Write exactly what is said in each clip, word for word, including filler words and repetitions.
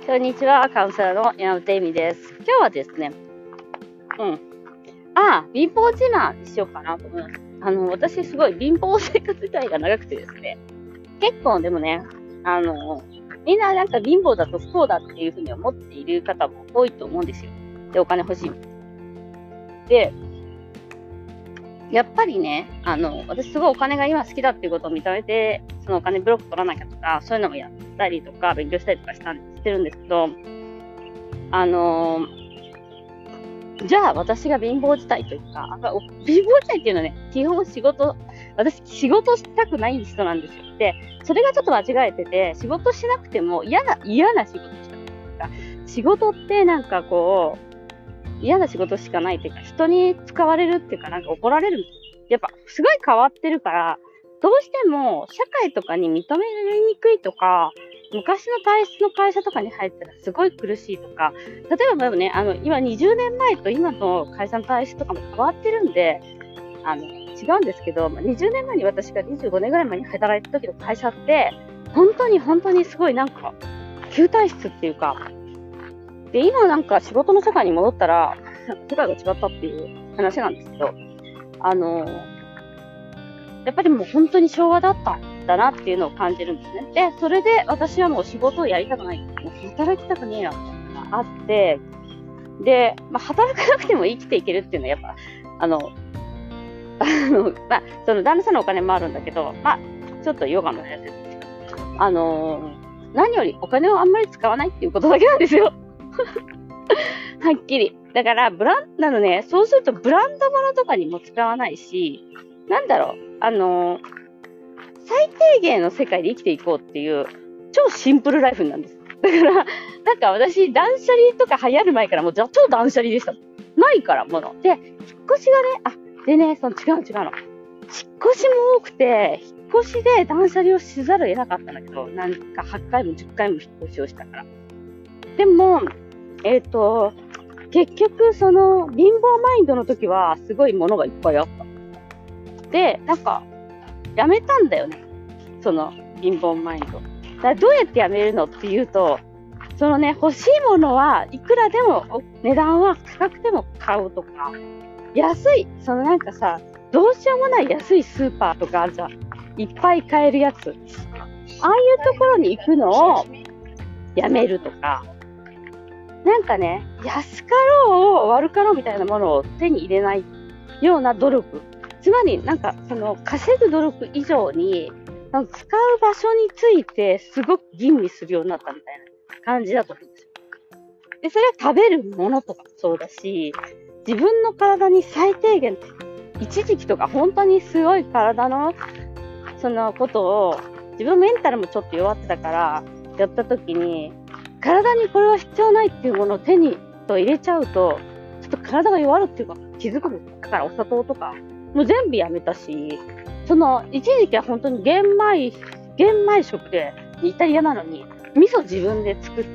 こんにちは、カウンセラーの山本恵美です。今日はですね、うん。ああ、貧乏自慢にしようかなと思います。あの、私すごい貧乏生活自体が長くてですね、結構でもね、あの、みんななんか貧乏だと不幸だっていうふうに思っている方も多いと思うんですよ。で、お金欲しい。で、やっぱりね、あの、私すごいお金が今好きだっていうことを認めて、そのお金ブロック取らなきゃとか、そういうのもやったりとか、勉強したりとかしたしてるんですけど、あのー、じゃあ私が貧乏地帯というか、貧乏地帯っていうのはね、基本仕事、私仕事したくない人なんですよ。で、それがちょっと間違えてて、仕事しなくても嫌な、嫌な仕事したくない。仕事ってなんかこう、嫌な仕事しかないっていうか、人に使われるっていうか、なんか怒られる。やっぱすごい変わってるから、どうしても社会とかに認められにくいとか、昔の体質の会社とかに入ったらすごい苦しいとか、例えばね、あの、今にじゅうねんまえと今の会社の体質とかも変わってるんで、あの、違うんですけど、にじゅうねんまえに私がにじゅうごねんぐらい前に働いた時の会社って、本当に本当にすごいなんか、旧体質っていうか、で、今なんか仕事の世界に戻ったら、世界が違ったっていう話なんですけど、あの、やっぱりもう本当に昭和だったんだなっていうのを感じるんですね。で、それで私はもう仕事をやりたくない。もう働きたくねえなっていうのがあって、で、まあ、働かなくても生きていけるっていうのはやっぱ、あの、あの、まあ、その旦那さんのお金もあるんだけど、まあ、ちょっとヨガのやつですけど、あのー、何よりお金をあんまり使わないっていうことだけなんですよ。はっきり。だから、ブラン、なのね、そうするとブランド物とかにも使わないし、なんだろう、あのー、最低限の世界で生きていこうっていう、超シンプルライフなんです。だから、なんか私、断捨離とか流行る前からもう超断捨離でした。ないから、もの。で、引っ越しがね、あ、でね、その違う違うの。引っ越しも多くて、引っ越しで断捨離をしざるを得なかったんだけど、なんかはちかいもじゅっかいも引っ越しをしたから。でも、えっと、結局、その、貧乏マインドの時は、すごいものがいっぱいあった。で、なんか、やめたんだよね。その、貧乏マインド。だからどうやってやめるのっていうと、そのね、欲しいものはいくらでも、値段は高くても買うとか、安い、そのなんかさ、どうしようもない安いスーパーとかあるじゃん。いっぱい買えるやつ。ああいうところに行くのをやめるとか、なんかね、安かろう悪かろうみたいなものを手に入れないような努力。つまり、なんか、その、稼ぐ努力以上に、使う場所についてすごく吟味するようになったみたいな感じだと思うんですよ。で、それは食べるものとかもそうだし、自分の体に最低限、一時期とか本当にすごい体の、そのことを、自分のメンタルもちょっと弱ってたから、やった時に、体にこれは必要ないっていうものを手にと入れちゃうと、ちょっと体が弱るっていうか気づくんですよ。だからお砂糖とか、もう全部やめたし、その、一時期は本当に玄米、玄米食で、イタリアなのに、味噌自分で作って、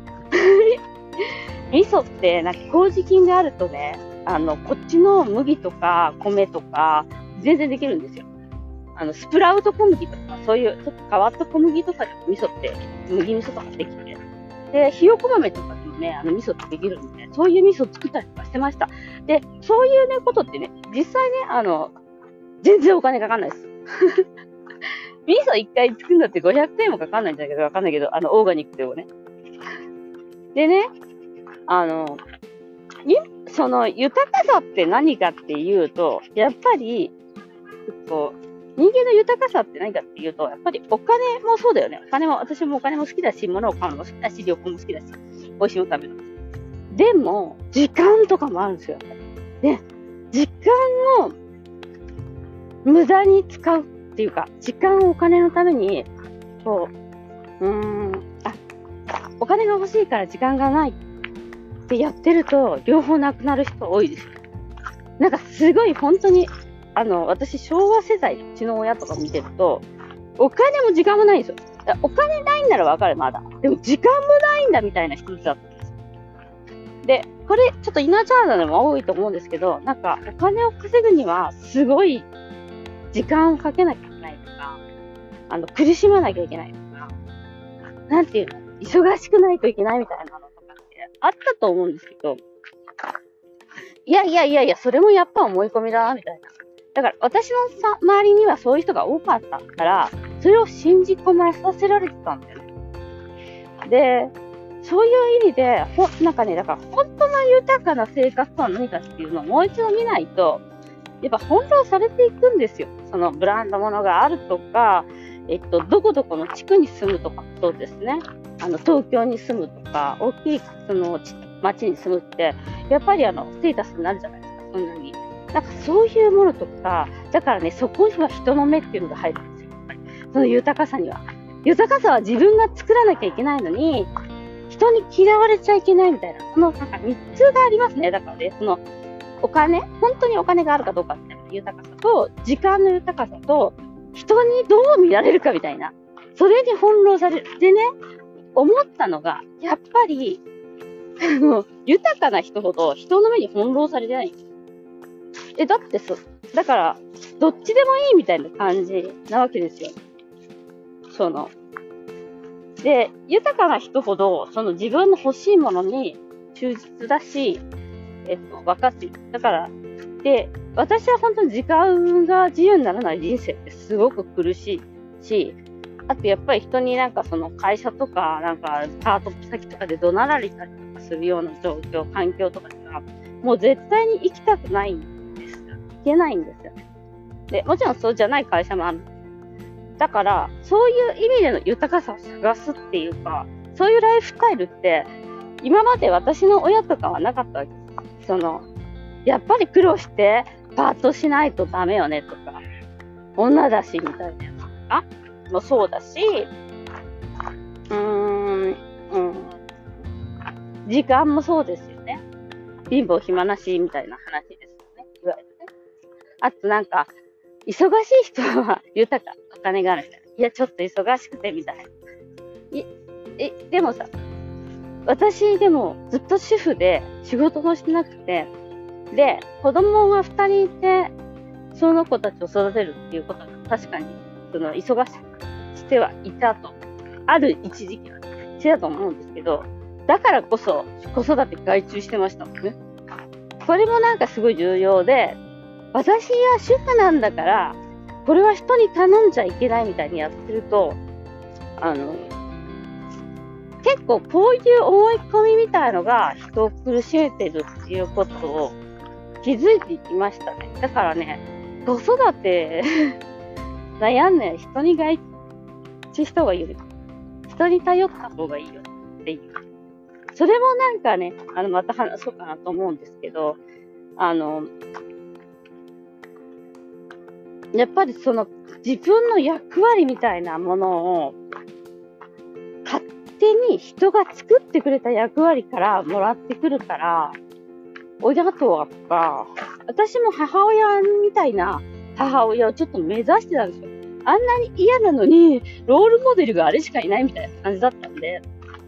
味噌って、なんか麹菌があるとね、あの、こっちの麦とか米とか、全然できるんですよ。あの、スプラウト小麦とか、そういうちょっと変わった小麦とかでも味噌って、麦味噌とかできて、で、ひよこ豆とかでもね、あの味噌ってできるんで、そういう味噌作ったりとかしてました。で、そういうね、ことってね、実際ね、あの、全然お金かかんないです。味噌一回作るのってごひゃくえんもかかんないんじゃないかわかんないけど、あの、オーガニックでもね。でね、あの、その豊かさって何かっていうと、やっぱり、こう、人間の豊かさって何かっていうと、やっぱりお金もそうだよね。お金も、私もお金も好きだし、物を買うのも好きだし、旅行も好きだし、美味しいもの食べるのも好き。でも、時間とかもあるんですよ。で、時間を無駄に使うっていうか、時間をお金のために、こう、うーん、あ、お金が欲しいから時間がないってやってると、両方なくなる人多いです。なんかすごい本当に、あの、私、昭和世代、うちの親とか見てると、お金も時間もないんですよ。お金ないんならわかる、まだ。でも、時間もないんだみたいな人だったんですよ。で、これ、ちょっとイナーチャーナルも多いと思うんですけど、なんか、お金を稼ぐには、すごい、時間をかけなきゃいけないとか、あの、苦しまなきゃいけないとか、なんていうの忙しくないといけないみたいなのとかってあったと思うんですけど、いやいやいやいや、それもやっぱ思い込みだな、みたいな。だから私のさ周りにはそういう人が多かったから、それを信じ込まさせられてたんだよね。で、そういう意味で、ほ、なんかね、だから本当の豊かな生活とは何かっていうのをもう一度見ないと、やっぱ翻弄されていくんですよ。そのブランド物があるとか、えっと、どこどこの地区に住むとか、そうですね。あの、東京に住むとか、大きいその町に住むって、やっぱりあの、ステータスになるじゃないですか、そんなに。なんかそういうものとか、だからね、そこには人の目っていうのが入るんですよ。その豊かさには。豊かさは自分が作らなきゃいけないのに、人に嫌われちゃいけないみたいな、そのなんかみっつがありますね。だからね、そのお金、本当にお金があるかどうかみたいな豊かさと、時間の豊かさと、人にどう見られるかみたいな。それに翻弄される。でね、思ったのが、やっぱり、あの、豊かな人ほど人の目に翻弄されてないんです。え、だってそ、だから、どっちでもいいみたいな感じなわけですよ。その、で、豊かな人ほど、その自分の欲しいものに忠実だし、えっと、分かっている。だから、で、私は本当に時間が自由にならない人生ってすごく苦しいし、あとやっぱり人になんかその会社とか、なんかパート先とかで怒鳴られたりとかするような状況、環境とかには、もう絶対に生きたくないんですよ。いけないんですよね。で、もちろんそうじゃない会社もある。だから、そういう意味での豊かさを探すっていうか、そういうライフスタイルって、今まで私の親とかはなかったわけです。その、やっぱり苦労してパートしないとダメよねとか、女だしみたいなやつとかもそうだし、うーん、うん、時間もそうですよね。貧乏暇なしみたいな話ですよね。いわゆるね。あとなんか、忙しい人は豊か、お金があるみたいな。いや、ちょっと忙しくてみたいな。い、え、でもさ、私でもずっと主婦で仕事もしてなくて、で、子供が二人いて、その子たちを育てるっていうことが確かに、その、忙しくしてはいたと。ある一時期はしてたと思うんですけど、だからこそ子育て外注してましたもんね。これもなんかすごい重要で、私は主婦なんだから、これは人に頼んじゃいけないみたいにやってると、あの、結構こういう思い込みみたいのが人を苦しめてるっていうことを気づいていきましたね。だからね、子育て悩んで人に外注した方がいいより、人に頼った方がいいよっていう。それもなんかね、あの、また話そうかなと思うんですけど、あの、やっぱりその自分の役割みたいなものを勝手に人が作ってくれた役割からもらってくるから、親とはか、私も母親みたいな母親をちょっと目指してたんですよ。あんなに嫌なのに、ロールモデルがあれしかいないみたいな感じだったんで。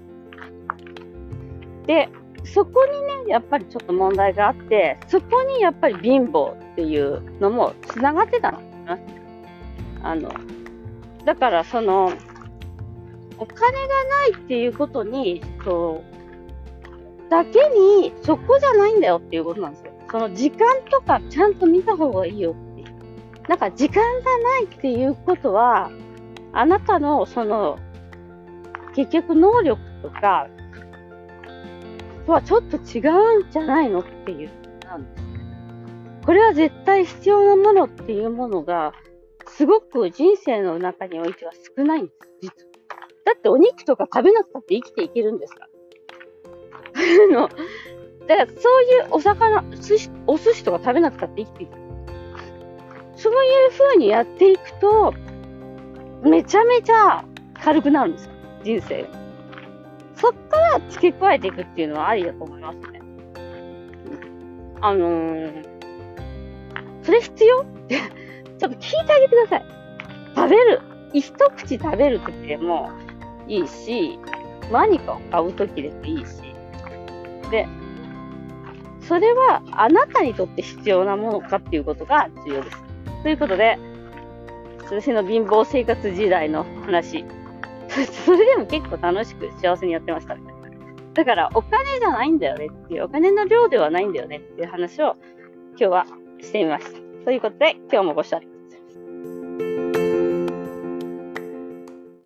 で、そこにね、やっぱりちょっと問題があって、そこにやっぱり貧乏っていうのも繋がってたの。あの、だからその、お金がないっていうことに、そう、だけに、そこじゃないんだよっていうことなんですよ。その時間とかちゃんと見た方がいいよっていう。なんか時間がないっていうことは、あなたのその、結局能力とか、とはちょっと違うんじゃないのっていう、なんです。これは絶対必要なものっていうものが、すごく人生の中においては少ないんです、実は。だってお肉とか食べなくたって生きていけるんですから。あの、だからそういうお魚、寿司、お寿司とか食べなくたって生きていける。そういう風にやっていくと、めちゃめちゃ軽くなるんですよ、人生。そっから付け加えていくっていうのはありだと思いますね。あのー、それ必要ってちょっと聞いてあげてください。食べる。一口食べるときでもいいし、何かを買うときでもいいし。で、それはあなたにとって必要なものかっていうことが重要です。ということで、私の貧乏生活時代の話、 それでも結構楽しく幸せにやってましたね。だから、お金じゃないんだよねっていう、お金の量ではないんだよねっていう話を今日はしてみました。ということで、今日もご視聴